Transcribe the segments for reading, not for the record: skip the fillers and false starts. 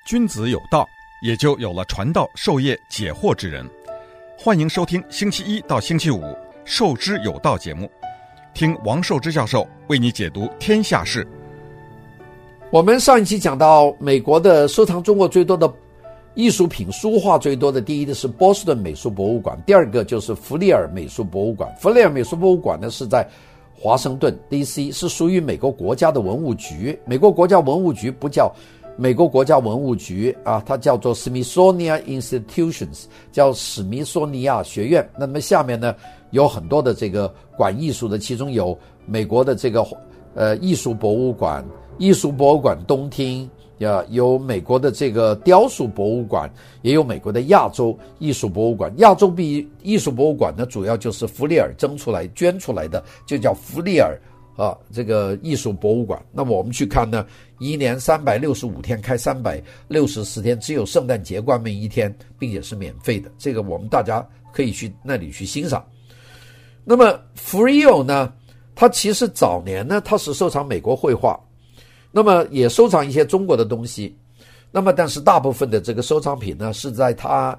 君子有道，也就有了传道授业解惑之人。欢迎收听星期一到星期五授之有道节目，听王寿之教授为你解读天下事。 我们上一期讲到美国的收藏中国最多的艺术品书画最多的，第一的是波士顿美术博物馆，第二个就是弗利尔美术博物馆。弗利尔美术博物馆呢是在华盛顿 DC， 是属于美国国家的文物局。美国国家文物局不叫美国国家文物局啊，它叫做 Smithsonian Institutions， 叫史密索尼亚学院。那么下面呢有很多的这个管艺术的，其中有美国的这个艺术博物馆、艺术博物馆东厅，有美国的这个雕塑博物馆，也有美国的亚洲艺术博物馆。亚洲艺术博物馆呢，主要就是弗利尔捐出来的，就叫弗利尔这个艺术博物馆。那么我们去看呢，一年365天开364天，只有圣诞节关门一天，并且是免费的。这个我们大家可以去那里去欣赏。那么弗利尔呢，他其实早年呢，他是收藏美国绘画，那么也收藏一些中国的东西。那么但是大部分的这个收藏品呢，是在他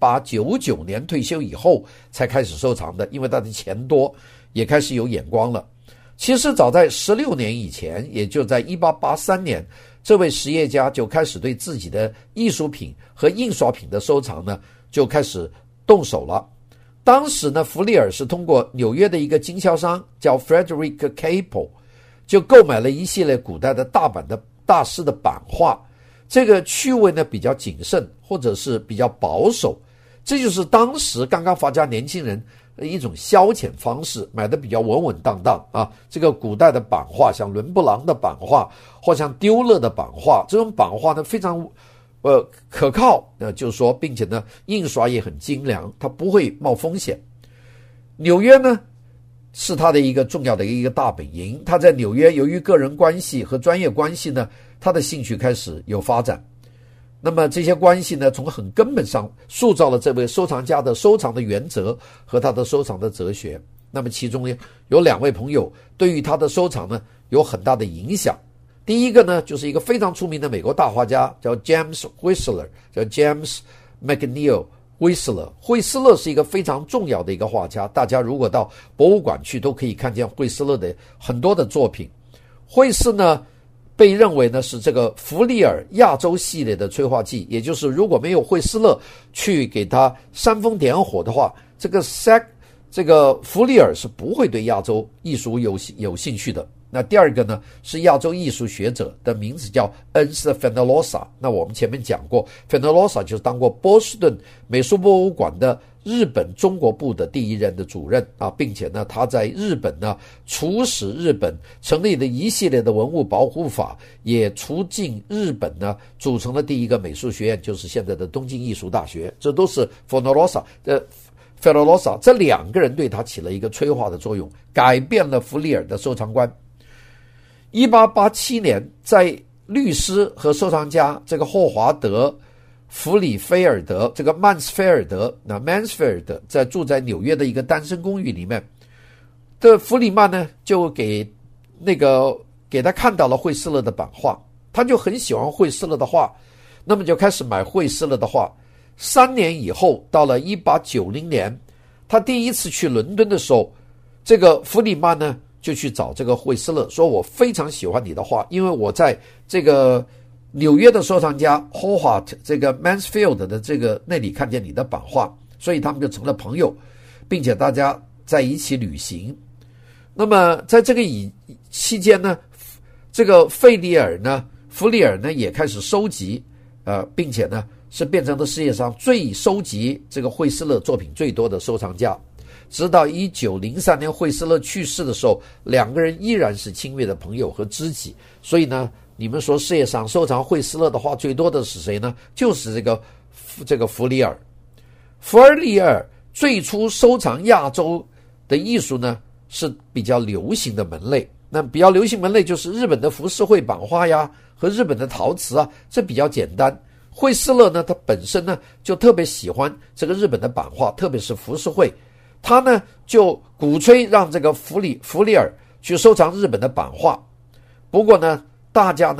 1899年退休以后才开始收藏的，因为他的钱多，也开始有眼光了。其实早在16年以前，也就在1883年，这位实业家就开始对自己的艺术品和印刷品的收藏呢，就开始动手了。当时呢，弗利尔是通过纽约的一个经销商叫 Frederick Capel， 就购买了一系列古代的大版的大师的版画。这个趣味呢比较谨慎，或者是比较保守，这就是当时刚刚发家年轻人一种消遣方式，买的比较稳稳当当啊。这个古代的版画，像伦布朗的版画或像丢勒的版画，这种版画呢非常可靠，就是说并且呢印刷也很精良，它不会冒风险。纽约呢是他的一个重要的一个大本营，他在纽约由于个人关系和专业关系呢，他的兴趣开始有发展。那么这些关系呢，从很根本上塑造了这位收藏家的收藏的原则和他的收藏的哲学。那么其中呢有2位朋友对于他的收藏呢有很大的影响。第一个呢就是一个非常出名的美国大画家，叫 James Whistler， 叫 James McNeill Whistler。 惠斯勒是一个非常重要的一个画家，大家如果到博物馆去都可以看见惠斯勒的很多的作品。惠斯呢被认为呢是这个弗利尔亚洲系列的催化剂，也就是如果没有惠斯勒去给他煽风点火的话，这个弗利尔是不会对亚洲艺术有兴趣的。那第二个呢是亚洲艺术学者，的名字叫恩斯特·费诺罗萨。那我们前面讲过，费诺罗萨就是当过波士顿美术博物馆的日本中国部的第1任的主任啊，并且呢他在日本呢促使日本成立的一系列的文物保护法，也促进日本呢组成了第1个美术学院，就是现在的东京艺术大学。这都是费诺罗萨这2个人对他起了一个催化的作用，改变了弗利尔的收藏观。1887年，在律师和收藏家这个霍华德·弗里菲尔德，这个曼斯菲尔德在住在纽约的一个单身公寓里面的弗里曼呢，就给他看到了惠斯勒的版画，他就很喜欢惠斯勒的画，那么就开始买惠斯勒的画。3年以后，到了1890年，他第一次去伦敦的时候，这个弗里曼呢就去找这个惠斯勒，说我非常喜欢你的画，因为我在这个纽约的收藏家 Howard 这个 Mansfield 的这个那里看见你的版画，所以他们就成了朋友，并且大家在一起旅行。那么在这个期间呢，这个弗利尔呢也开始收集并且呢是变成了世界上最收集这个惠斯勒作品最多的收藏家。直到1903年惠斯勒去世的时候，2个人依然是亲密的朋友和知己。所以呢，你们说世界上收藏惠斯勒的画最多的是谁呢？就是这个弗利尔。弗利尔最初收藏亚洲的艺术呢是比较流行的门类，那比较流行门类就是日本的浮世绘版画呀和日本的陶瓷啊，这比较简单。惠斯勒呢他本身呢就特别喜欢这个日本的版画，特别是浮世绘，他呢就鼓吹让这个弗利尔去收藏日本的版画。不过呢大家呢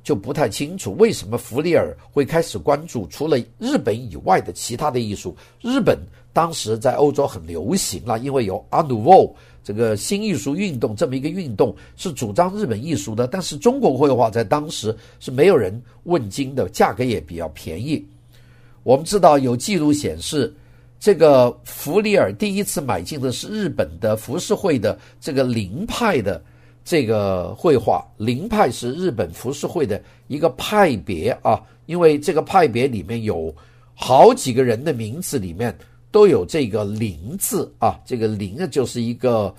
就不太清楚为什么弗里尔会开始关注除了日本以外的其他的艺术。日本当时在欧洲很流行了，因为有阿努沃这个新艺术运动这么一个运动，是主张日本艺术的。但是中国绘画在当时是没有人问津的，价格也比较便宜。我们知道有记录显示，这个弗里尔第一次买进的是日本的浮世绘的这个林派的这个绘画。林派是日本浮世绘的一个派别啊，因为这个派别里面有好几个人的名字里面都有这个林字啊，这个林呢就是一个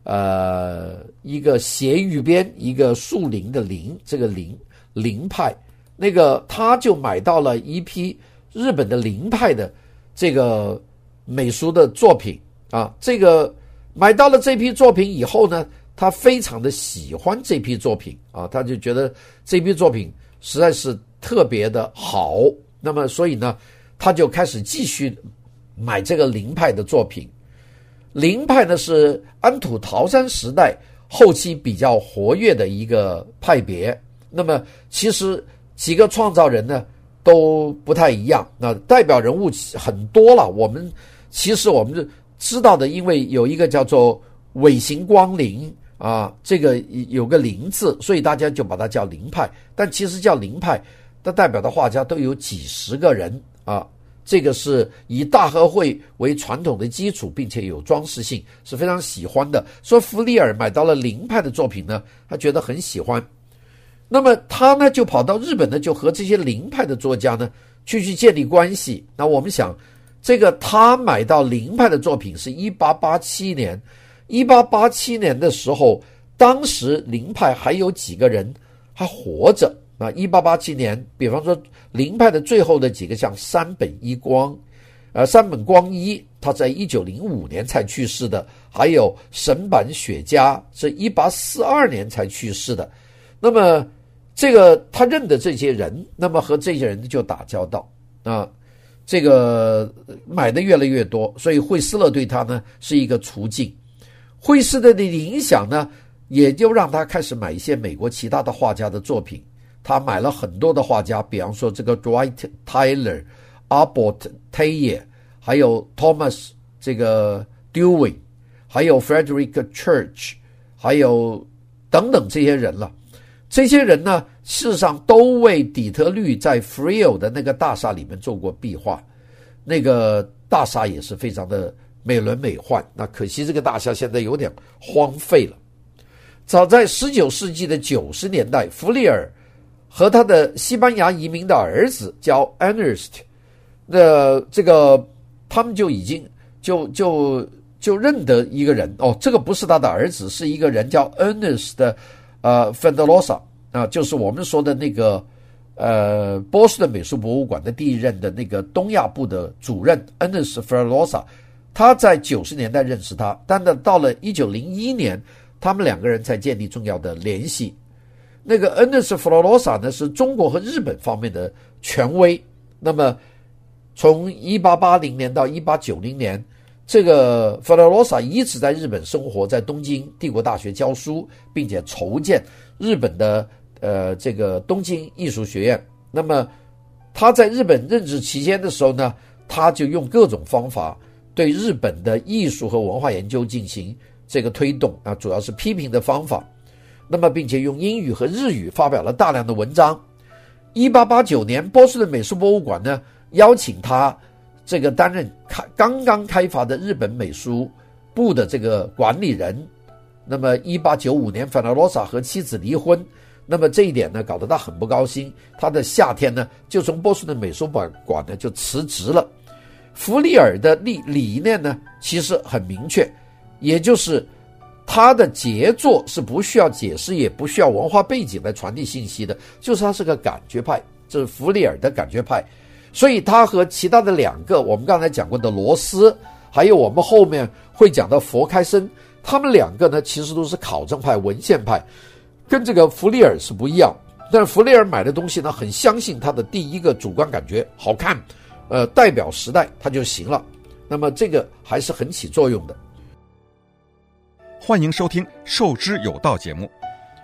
斜玉边一个树林的林，这个林派。那个他就买到了一批日本的林派的这个美术的作品啊，这个买到了这批作品以后呢，他非常的喜欢这批作品啊，他就觉得这批作品实在是特别的好。那么所以呢，他就开始继续买这个林派的作品。林派呢是安土桃山时代后期比较活跃的一个派别。那么其实几个创造人呢都不太一样，那代表人物很多了。其实我们就知道的，因为有一个叫做尾形光林啊，这个有个林字，所以大家就把它叫林派。但其实叫林派它代表的画家都有几十个人啊。这个是以大和绘为传统的基础，并且有装饰性，是非常喜欢的。说弗里尔买到了林派的作品呢，他觉得很喜欢。那么他呢就跑到日本呢，就和这些林派的作家呢去建立关系。那我们想，这个他买到林派的作品是1887年，1887年的时候，当时林派还有几个人还活着。那1887年，比方说林派的最后的几个，像山本光一，他在1905年才去世的，还有神坂雪佳是1842年才去世的。那么这个他认得这些人，那么和这些人就打交道啊，这个买的越来越多，所以惠斯勒对他呢是一个途径。惠斯勒的影响呢，也就让他开始买一些美国其他的画家的作品。他买了很多的画家，比方说这个 Dwight Tyler、Abbott Taylor， 还有 Thomas 这个 Dewey， 还有 Frederick Church， 还有等等这些人了。这些人呢，事实上都为底特律在 Frio 的那个大厦里面做过壁画，那个大厦也是非常的美轮美奂。那可惜这个大厦现在有点荒废了。早在19世纪的90年代，弗里尔和他的西班牙移民的儿子叫 Ernest， 这个他们就已经就认得一个人哦，这个不是他的儿子，是一个人叫 Ernest Fenollosa 啊，就是我们说的那个波士顿美术博物馆的第一任的那个东亚部的主任 Ernest Fenollosa。他在90年代认识他，但到了1901年，他们两个人才建立重要的联系。那个 Ernest Fenollosa 呢，是中国和日本方面的权威。那么从1880年到1890年，这个 Fenollosa 一直在日本生活，在东京帝国大学教书，并且筹建日本的这个东京艺术学院。那么他在日本任职期间的时候呢，他就用各种方法对日本的艺术和文化研究进行这个推动啊，主要是批评的方法。那么并且用英语和日语发表了大量的文章。1889年，波士顿美术博物馆呢邀请他这个担任刚刚开发的日本美术部的这个管理人。那么1895年Fenollosa和妻子离婚，那么这一点呢搞得他很不高兴。他的夏天呢就从波士顿美术馆呢就辞职了。弗里尔的理念呢其实很明确，也就是他的杰作是不需要解释，也不需要文化背景来传递信息的，就是他是个感觉派，这是弗里尔的感觉派。所以他和其他的两个我们刚才讲过的罗斯，还有我们后面会讲到佛开森，他们两个呢其实都是考证派、文献派，跟这个弗里尔是不一样。但是弗里尔买的东西呢，很相信他的第一个主观感觉好看，代表时代他就行了。那么这个还是很起作用的。 欢迎收听《授之有道》节目，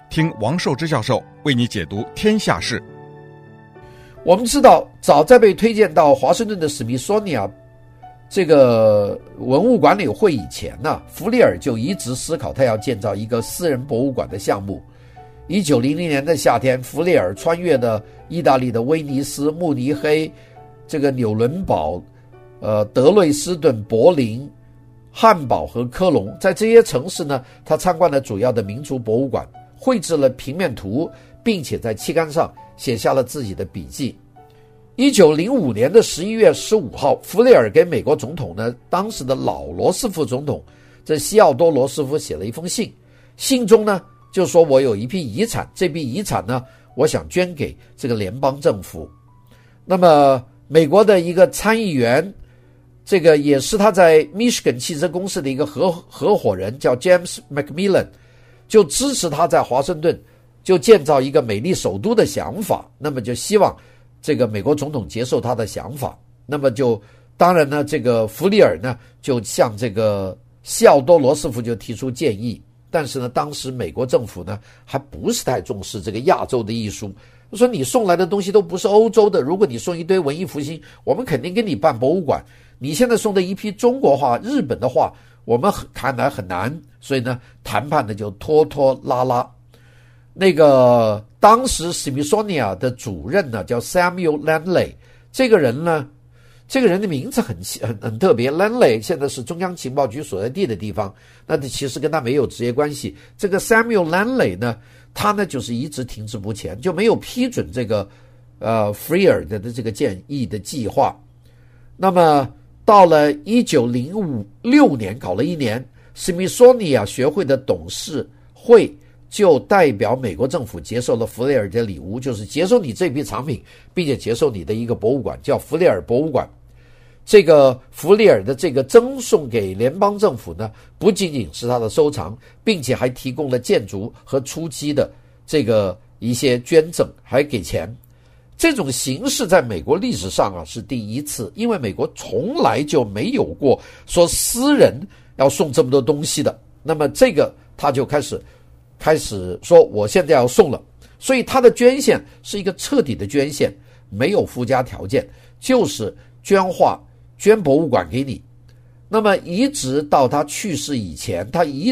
听王寿之教授为你解读天下事。 我们知道，早在被推荐到华盛顿的史密索尼亚这个文物管理会以前呢，弗里尔就一直思考他要建造一个私人博物馆的项目。1900年的夏天，弗里尔穿越了意大利的威尼斯、慕尼黑、这个纽伦堡、德累斯顿、柏林、汉堡和科隆，在这些城市呢，他参观了主要的民族博物馆，绘制了平面图，并且在期刊上写下了自己的笔记。1905年的11月15号，弗里尔给美国总统呢，当时的老罗斯福总统，这西奥多·罗斯福写了一封信，信中呢就说我有一批遗产，这批遗产呢，我想捐给这个联邦政府。那么美国的一个参议员，这个也是他在 Michigan 汽车公司的一个合伙人，叫 James Macmillan， 就支持他在华盛顿就建造一个美丽首都的想法，那么就希望这个美国总统接受他的想法。那么就当然呢，这个弗里尔呢就向这个西奥多·罗斯福就提出建议，但是呢，当时美国政府呢还不是太重视这个亚洲的艺术，说你送来的东西都不是欧洲的，如果你送一堆文艺复兴，我们肯定给你办博物馆。你现在送的一批中国画、日本的画，我们看来很难，所以呢，谈判呢就拖拖拉拉。那个当时史密索尼亚的主任呢叫 Samuel Langley， 这个人的名字很特别。 Langley 现在是中央情报局所在地的地方，那其实跟他没有直接关系。这个 Samuel Langley 呢，他呢就是一直停滞不前，就没有批准这个弗里尔的这个建议的计划。那么到了1906年，搞了一年，史密索尼亚学会的董事会就代表美国政府接受了弗里尔的礼物，就是接受你这批藏品，并且接受你的一个博物馆，叫弗里尔博物馆。这个弗里尔的这个赠送给联邦政府呢，不仅仅是他的收藏，并且还提供了建筑和初期的这个一些捐赠，还给钱。这种形式在美国历史上啊是第一次，因为美国从来就没有过说私人要送这么多东西的。那么这个他就开始说我现在要送了，所以他的捐献是一个彻底的捐献，没有附加条件，就是捐画、捐博物馆给你。那么一直到他去世以前，他一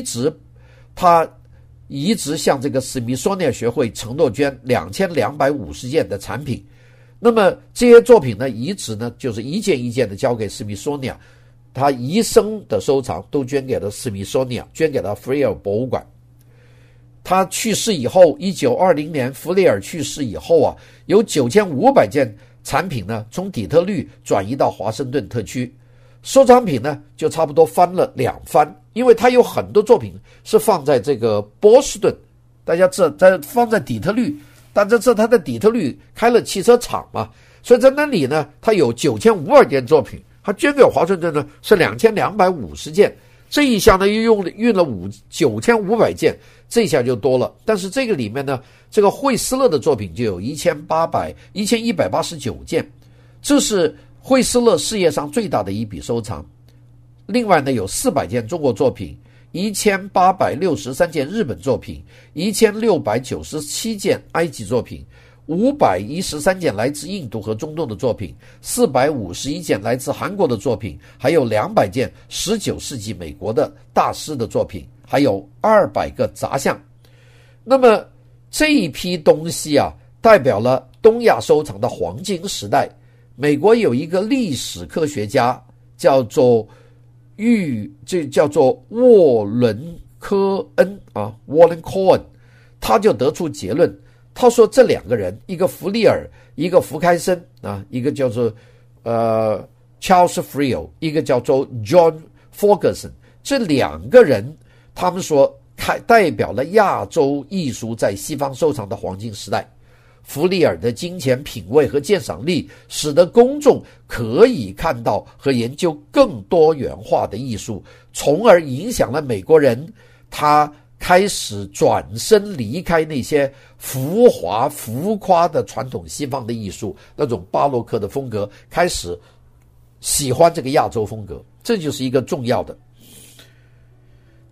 直向这个史密索尼亚学会承诺捐2250件的产品。那么这些作品呢，一直呢就是一件一件的交给史密索尼亚，他一生的收藏都捐给了史密索尼亚，捐给了弗里尔博物馆。他去世以后，1920年弗里尔去世以后啊，有9500件产品呢从底特律转移到华盛顿特区，收藏品呢就差不多翻了2番。因为他有很多作品是放在这个波士顿，大家知道放在底特律，大家知道他在底特律开了汽车厂嘛，所以在那里呢他有9500件作品，他捐给华盛顿呢是2250件，这一下呢又运了9500件，这一下就多了。但是这个里面呢，这个惠斯勒的作品就有1189件，这是惠斯勒事业上最大的一笔收藏。另外呢，有400件中国作品，1863件日本作品，1697件埃及作品，513件来自印度和中东的作品，451件来自韩国的作品，还有200件19世纪美国的大师的作品，还有200个杂项。那么这一批东西啊，代表了东亚收藏的黄金时代。美国有一个历史科学家叫做沃伦科恩啊 ，Warren Cohen， 他就得出结论，他说这2个人，一个弗里尔，一个福开森啊，一个叫做Charles Friel， 一个叫做 John Ferguson， 这2个人，他们说代表了亚洲艺术在西方收藏的黄金时代。弗里尔的金钱品味和鉴赏力，使得公众可以看到和研究更多元化的艺术，从而影响了美国人，他开始转身离开那些浮华浮夸的传统西方的艺术，那种巴洛克的风格，开始喜欢这个亚洲风格，这就是一个重要的。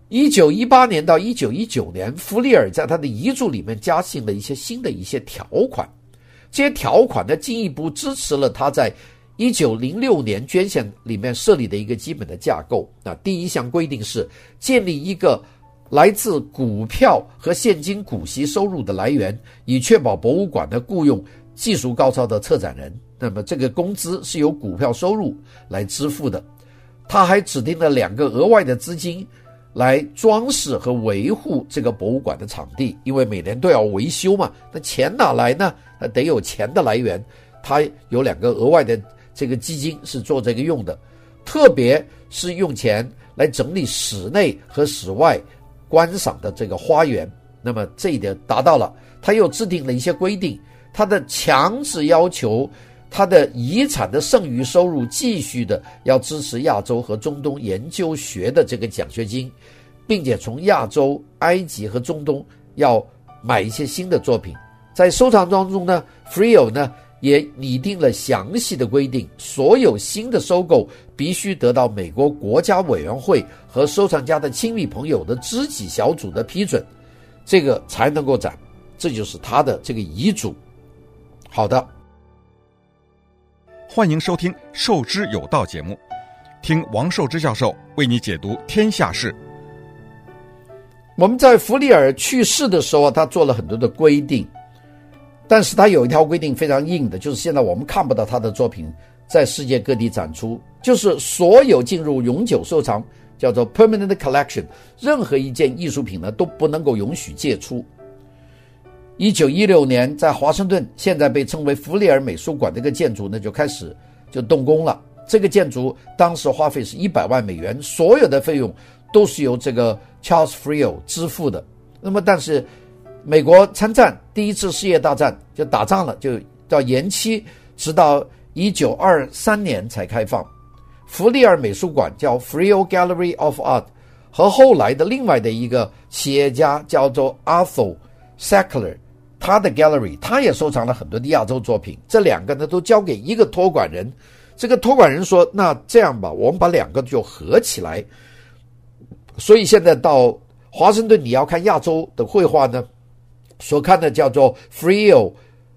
1918年到1919年，弗里尔在他的遗嘱里面加进了一些新的一些条款，这些条款呢进一步支持了他在1906年捐献里面设立的一个基本的架构。第一项规定是建立一个来自股票和现金股息收入的来源，以确保博物馆的雇佣技术高超的策展人，那么这个工资是由股票收入来支付的。他还指定了2个额外的资金来装饰和维护这个博物馆的场地，因为每年都要维修嘛，那钱哪来呢？得有钱的来源，他有2个额外的这个基金是做这个用的，特别是用钱来整理室内和室外观赏的这个花园，那么这一点达到了。他又制定了一些规定，他的强制要求他的遗产的剩余收入继续的要支持亚洲和中东研究学的这个奖学金，并且从亚洲、埃及和中东要买一些新的作品。在收藏当中呢， Friel 呢也拟定了详细的规定，所有新的收购必须得到美国国家委员会和收藏家的亲密朋友的知己小组的批准，这个才能够展。这就是他的这个遗嘱。好的， 欢迎收听《授之有道》节目，听王寿之教授为你解读天下事。 我们在弗里尔去世的时候，他做了很多的规定，但是他有一条规定非常硬的，就是现在我们看不到他的作品在世界各地展出，就是所有进入永久收藏，叫做 permanent collection， 任何一件艺术品呢都不能够允许借出。1916年在华盛顿现在被称为弗里尔美术馆这个建筑呢就开始就动工了。这个建筑当时花费是100万美元，所有的费用都是由这个 Charles Friel 支付的。那么但是美国参战，第一次世界大战就打仗了，就要延期，直到1923年才开放。弗里尔美术馆叫 Friel Gallery of Art， 和后来的另外的一个企业家叫做 Arthur Sackler， 他的 gallery 他也收藏了很多的亚洲作品，这2个呢都交给一个托管人。这个托管人说，那这样吧，我们把2个就合起来。所以现在到华盛顿你要看亚洲的绘画呢，所看的叫做 Friel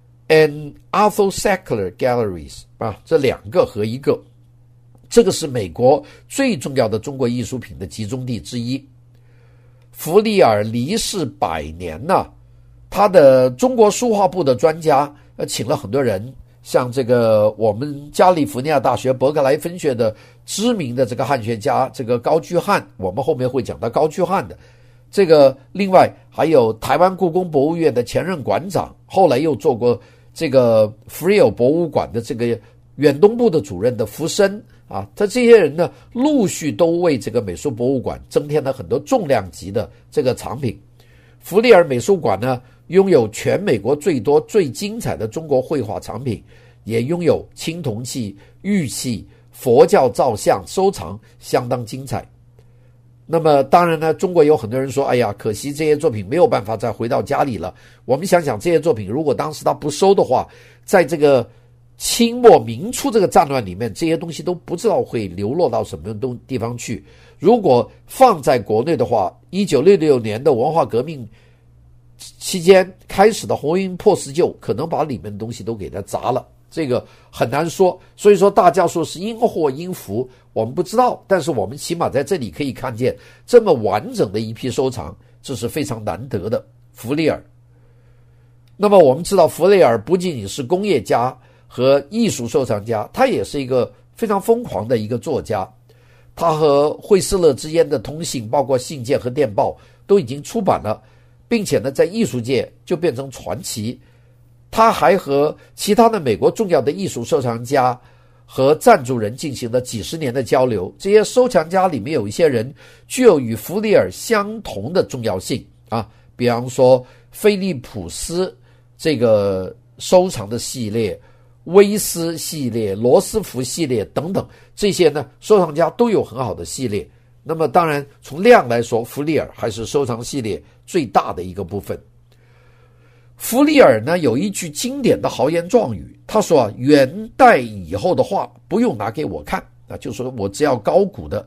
and Arthur Sackler Galleries， 这2个合一个。这个是美国最重要的中国艺术品的集中地之一。弗里尔离世100年了，他的中国书画部的专家请了很多人，像这个我们加利福尼亚大学伯克莱分学的知名的这个汉学家这个高居翰，我们后面会讲到高居翰的这个，另外还有台湾故宫博物院的前任馆长，后来又做过这个弗里尔博物馆的这个远东部的主任的福生他这些人呢陆续都为这个美术博物馆增添了很多重量级的这个藏品。弗里尔美术馆呢拥有全美国最多最精彩的中国绘画藏品，也拥有青铜器、玉器、佛教造像收藏，相当精彩。那么当然呢，中国有很多人说，哎呀，可惜这些作品没有办法再回到家里了。我们想想，这些作品如果当时他不收的话，在这个清末民初这个战乱里面，这些东西都不知道会流落到什么地方去。如果放在国内的话，1966年的文化革命期间开始的红云破石旧，可能把里面的东西都给它砸了，这个很难说。所以说大家说是因祸因福，我们不知道，但是我们起码在这里可以看见这么完整的一批收藏，这是非常难得的。弗里尔，那么我们知道弗里尔不仅仅是工业家和艺术收藏家，他也是一个非常疯狂的一个作家。他和惠斯勒之间的通信，包括信件和电报，都已经出版了，并且呢，在艺术界就变成传奇。他还和其他的美国重要的艺术收藏家和赞助人进行了几十年的交流。这些收藏家里面有一些人具有与弗里尔相同的重要性比方说菲利普斯这个收藏的系列、威斯系列、罗斯福系列等等，这些呢收藏家都有很好的系列。那么当然从量来说，弗里尔还是收藏系列最大的一个部分。弗里尔呢有一句经典的豪言壮语，他说元代以后的画不用拿给我看，就是说我只要高古的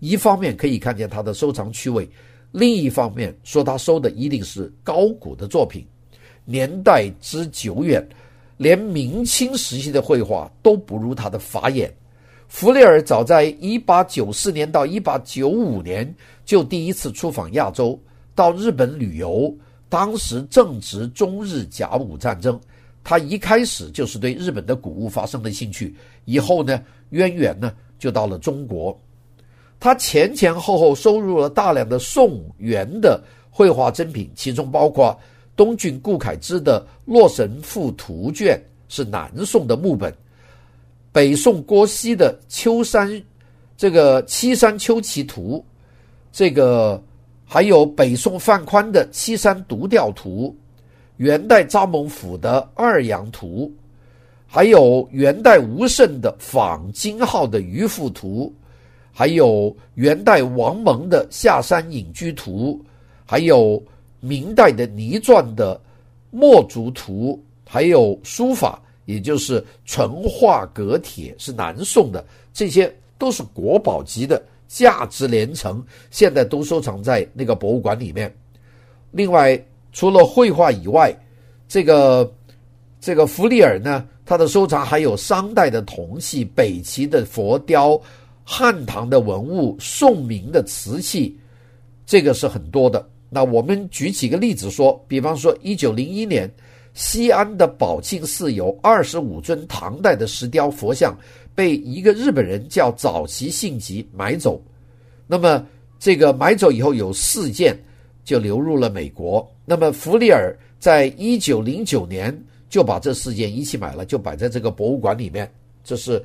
一方面可以看见他的收藏趣味，另一方面说他收的一定是高古的作品，年代之久远，连明清时期的绘画都不如他的法眼。弗列尔早在1894年到1895年就第一次出访亚洲，到日本旅游，当时正值中日甲午战争，他一开始就是对日本的古物发生了兴趣，以后呢渊源呢就到了中国。他前前后后收入了大量的宋元的绘画珍品，其中包括东郡顾恺之的《洛神赋图卷》是南宋的木本，北宋郭熙的七山秋奇图，还有北宋范宽的七山独调图，元代查蒙甫的二阳图，还有元代吴胜的仿金号的渔父图，还有元代王蒙的下山隐居图，还有明代的倪纂的墨竹图，还有书法，也就是纯画阁帖，是南宋的，这些都是国宝级的，价值连城，现在都收藏在那个博物馆里面。另外除了绘画以外，这个弗利尔呢，他的收藏还有商代的铜器、北齐的佛雕、汉唐的文物、宋明的瓷器，这个是很多的。那我们举几个例子说，比方说1901年西安的宝庆寺有25尊唐代的石雕佛像被一个日本人叫早崎信吉买走，那么这个买走以后有4件就流入了美国，那么弗利尔在1909年就把这4件一起买了，就摆在这个博物馆里面。这是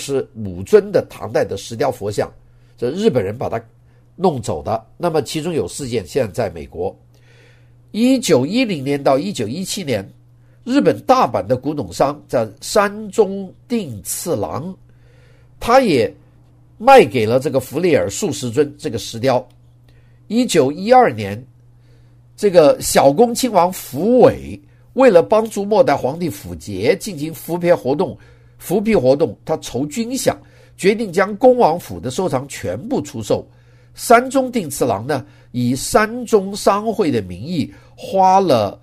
25尊的唐代的石雕佛像，这日本人把它弄走的，那么其中有4件现在在美国。1910年到1917年，日本大阪的古董商在山中定次郎，他也卖给了这个弗利尔数十尊这个石雕。1912年，这个小宫亲王福伟为了帮助末代皇帝溥杰进行复辟活动，他筹军饷，决定将恭王府的收藏全部出售。山中定次郎呢，以山中商会的名义花了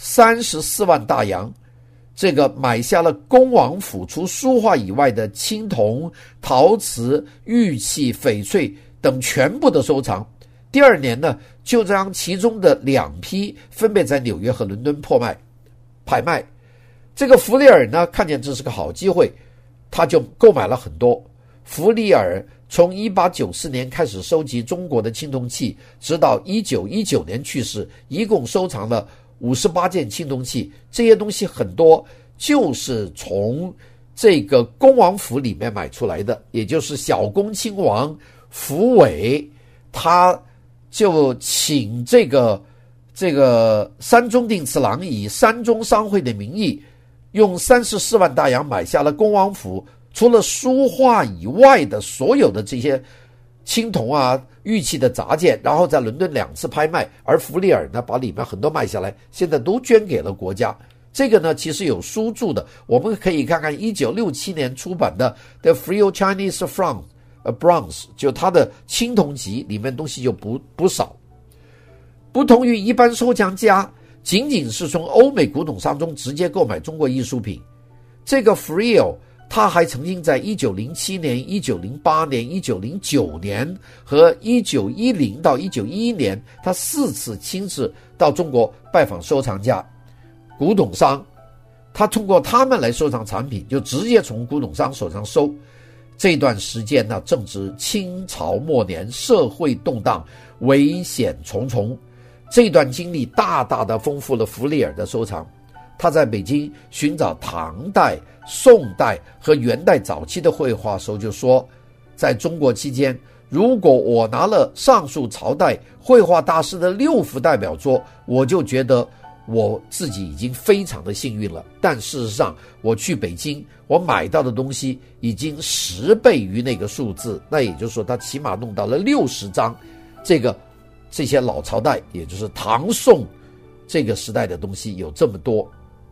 34万大洋，这个买下了恭王府除书画以外的青铜、陶瓷、玉器、翡翠等全部的收藏。第2年呢，就将其中的2批分别在纽约和伦敦拍卖。这个弗利尔呢，看见这是个好机会，他就购买了很多。弗利尔从1894年开始收集中国的青铜器，直到1919年去世，一共收藏了58件青铜器。这些东西很多就是从这个恭王府里面买出来的，也就是小宫亲王福伟，他就请这个山中定次郎以山中商会的名义，用34万大洋买下了恭王府除了书画以外的所有的这些青铜啊、玉器的杂件，然后在伦敦2次拍卖，而弗利尔呢把里面很多卖下来，现在都捐给了国家。这个呢其实有书注的，我们可以看看1967年出版的 The Free Chinese Franc Bronze， 就它的青铜集里面东西就不少。不同于一般收藏家仅仅是从欧美古董商中直接购买中国艺术品，这个 Free他还曾经在1907年、1908年、1909年和1910到1911年，他4次亲自到中国拜访收藏家、古董商，他通过他们来收藏产品，就直接从古董商手上收。这段时间呢，正值清朝末年，社会动荡，危险重重。这段经历大大的丰富了弗利尔的收藏。他在北京寻找唐代、宋代和元代早期的绘画时候就说，在中国期间，如果我拿了上述朝代绘画大师的6幅代表作，我就觉得我自己已经非常的幸运了。但事实上，我去北京，我买到的东西已经10倍于那个数字，那也就是说他起码弄到了60张这些老朝代，也就是唐宋这个时代的东西有这么多。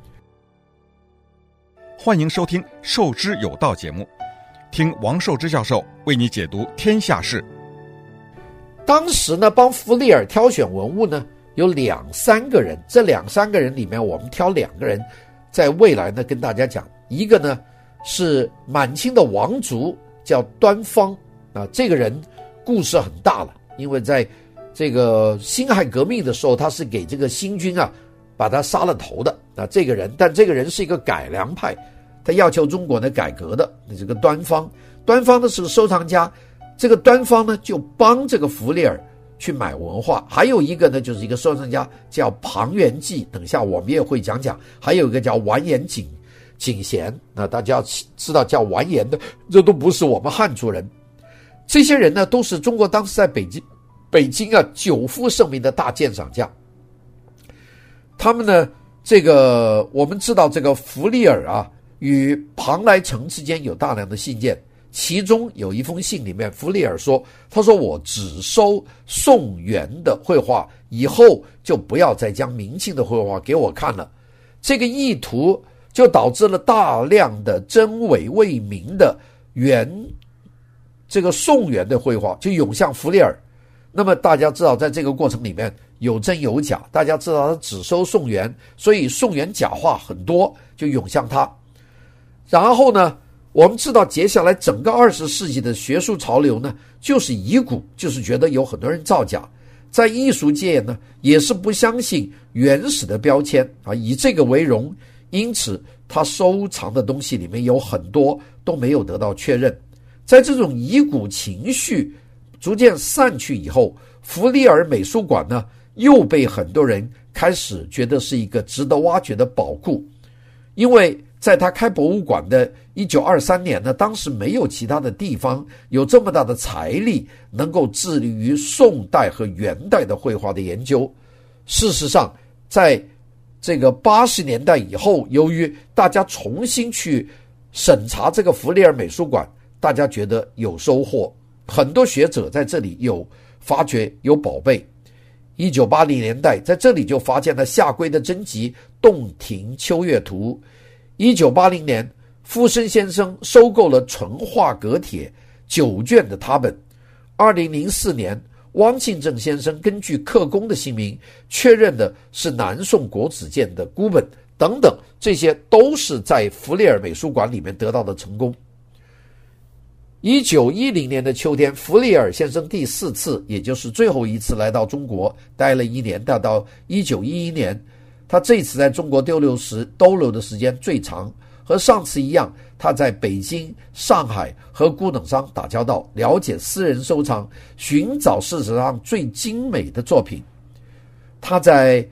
欢迎收听《受之有道》节目，听王寿之教授为你解读天下事。 当时呢，帮弗里尔挑选文物呢有2-3个人，这2-3个人里面我们挑2个人，在未来呢跟大家讲。一个呢是满清的王族，叫端方啊，这个人故事很大了，因为在这个辛亥革命的时候，他是给这个新军啊把他杀了头的啊，这个人，但这个人是一个改良派，他要求中国呢改革的。这个端方呢是个收藏家，这个端方呢就帮这个弗里尔去买文化。还有一个呢就是一个收藏家叫庞元济，等一下我们也会讲讲。还有一个叫完颜景贤，那大家知道叫完颜的，这都不是我们汉族人。这些人呢都是中国当时在北京啊久负盛名的大鉴赏家。他们呢这个我们知道这个弗里尔啊与庞来成之间有大量的信件，其中有一封信里面弗里尔说，他说我只收宋元的绘画，以后就不要再将明清的绘画给我看了。这个意图就导致了大量的真伪未明的这个宋元的绘画就涌向弗里尔。那么大家知道在这个过程里面有真有假，大家知道他只收宋元，所以宋元假画很多就涌向他。然后呢我们知道接下来整个20世纪的学术潮流呢就是疑古，就是觉得有很多人造假。在艺术界呢也是不相信原始的标签啊，以这个为荣，因此他收藏的东西里面有很多都没有得到确认。在这种疑古情绪逐渐散去以后，弗里尔美术馆呢又被很多人开始觉得是一个值得挖掘的宝库。因为在他开博物馆的1923年呢，当时没有其他的地方有这么大的财力能够致力于宋代和元代的绘画的研究。事实上在这个80年代以后，由于大家重新去审查这个弗里尔美术馆，大家觉得有收获，很多学者在这里有发掘有宝贝。1980年代在这里就发现了夏圭的真集《洞庭秋月图》。1980年傅生先生收购了纯画阁帖9卷的他本。2004年汪庆正先生根据刻工的姓名确认的是南宋国子监的孤本等等，这些都是在弗里尔美术馆里面得到的成功。1910年的秋天，弗里尔先生第4次也就是最后一次来到中国，待了1年，到1911年，他这次在中国逗留的时间最长。和上次一样，他在北京、上海和古董商打交道，了解私人收藏，寻找事实上最精美的作品。他在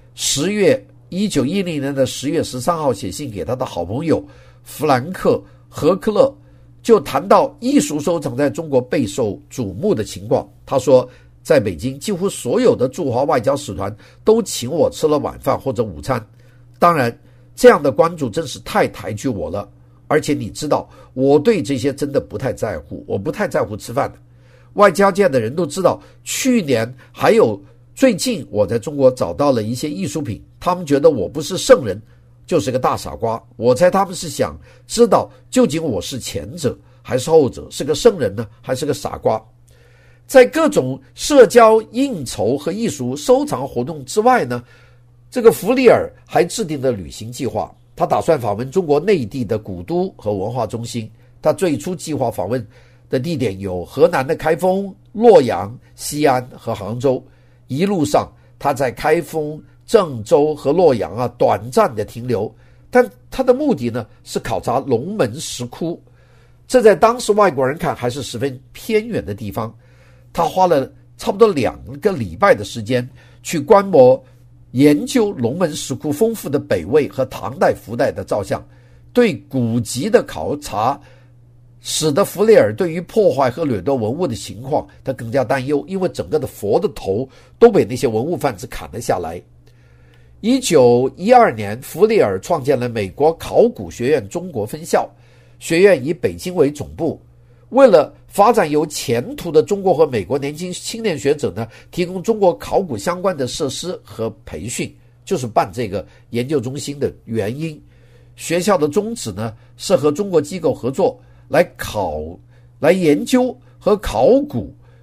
1910年的10月13号写信给他的好朋友弗兰克·何克勒，就谈到艺术收藏在中国备受瞩目的情况。他说，在北京几乎所有的驻华外交使团都请我吃了晚饭或者午餐，当然这样的关注真是太抬举我了，而且你知道我对这些真的不太在乎，我不太在乎吃饭的。外交界的人都知道，去年还有最近我在中国找到了一些艺术品，他们觉得我不是圣人就是个大傻瓜。我猜他们是想知道究竟我是前者还是后者，是个圣人呢还是个傻瓜。在各种社交应酬和艺术收藏活动之外呢，这个弗里尔还制定了旅行计划，他打算访问中国内地的古都和文化中心。他最初计划访问的地点有河南的开封、洛阳、西安和杭州。一路上他在开封、郑州和洛阳短暂的停留，但他的目的呢是考察龙门石窟，这在当时外国人看还是十分偏远的地方。他花了差不多2个礼拜的时间去观摩研究龙门石窟丰富的北魏和唐代福代的造像。对古籍的考察使得弗里尔对于破坏和掠夺文物的情况他更加担忧，因为整个的佛的头都被那些文物贩子砍了下来。1912年弗里尔创建了美国考古学院中国分校，学院以北京为总部，为了发展有前途的中国和美国年轻青年学者呢，提供中国考古相关的设施和培训，就是办这个研究中心的原因。学校的宗旨呢是和中国机构合作，来研究和考古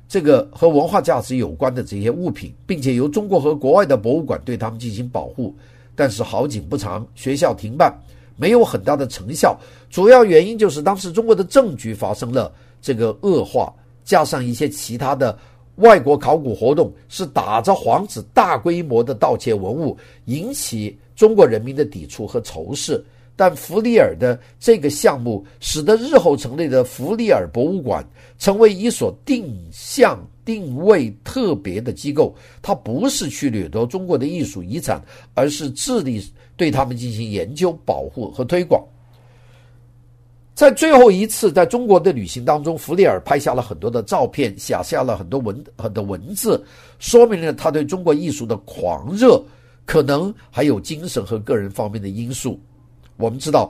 这个和文化价值有关的这些物品，并且由中国和国外的博物馆对他们进行保护。但是好景不长，学校停办，没有很大的成效。主要原因就是当时中国的政局发生了这个恶化，加上一些其他的外国考古活动是打着幌子大规模的盗窃文物，引起中国人民的抵触和仇视。但弗里尔的这个项目使得日后成立的弗里尔博物馆成为一所定位特别的机构，它不是去掠夺中国的艺术遗产，而是致力对他们进行研究、保护和推广。在最后一次在中国的旅行当中，弗里尔拍下了很多的照片，写下了很多文字，说明了他对中国艺术的狂热，可能还有精神和个人方面的因素。我们知道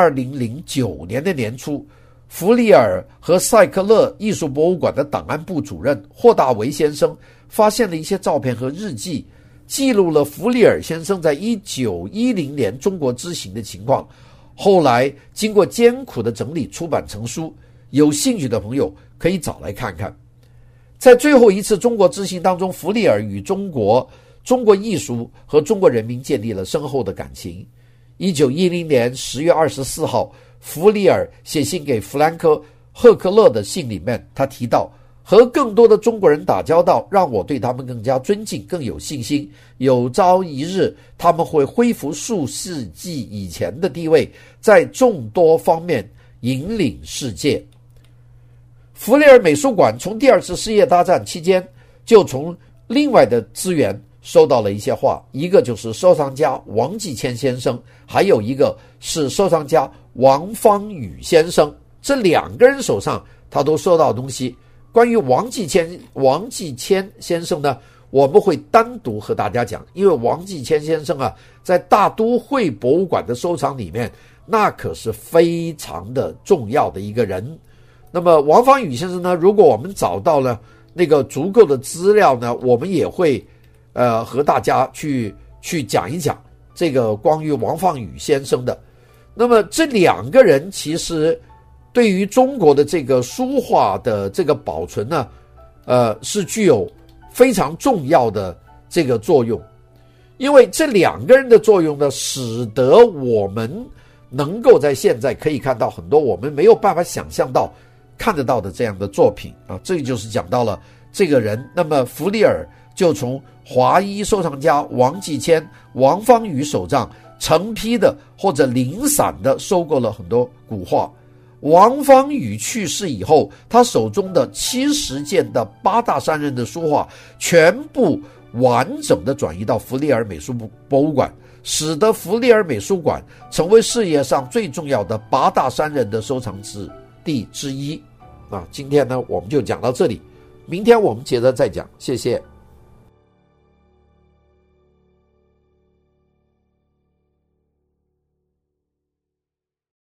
2009年的年初，弗里尔和塞克勒艺术博物馆的档案部主任霍大维先生发现了一些照片和日记，记录了弗里尔先生在1910年中国之行的情况。后来经过艰苦的整理出版成书，有兴趣的朋友可以找来看看。在最后一次中国之行当中，弗里尔与中国艺术和中国人民建立了深厚的感情。1910年10月24号，弗里尔写信给弗兰克·赫克勒的信里面，他提到和更多的中国人打交道，让我对他们更加尊敬，更有信心。有朝一日，他们会恢复数世纪以前的地位，在众多方面引领世界。弗里尔美术馆从第二次世界大战期间就从另外的资源收到了一些画，一个就是收藏家王继谦先生，还有一个是收藏家王方宇先生。这两个人手上他都收到东西。关于王继谦先生呢，我们会单独和大家讲，因为王继谦先生啊，在大都会博物馆的收藏里面，那可是非常的重要的一个人。那么王方宇先生呢，如果我们找到了那个足够的资料呢，我们也会和大家去讲一讲这个关于王方宇先生的。那么这两个人其实对于中国的这个书画的这个保存呢，是具有非常重要的这个作用。因为这两个人的作用呢，使得我们能够在现在可以看到很多我们没有办法想象到看得到的这样的作品啊。这就是讲到了这个人。那么弗里尔就从华裔收藏家王继谦、王方宇手上成批的或者零散的收购了很多古画。王方宇去世以后，他手中的70件的八大山人的书画全部完整的转移到弗里尔美术博物馆，使得弗里尔美术馆成为世界上最重要的八大山人的收藏地之一。今天呢我们就讲到这里，明天我们接着再讲，谢谢。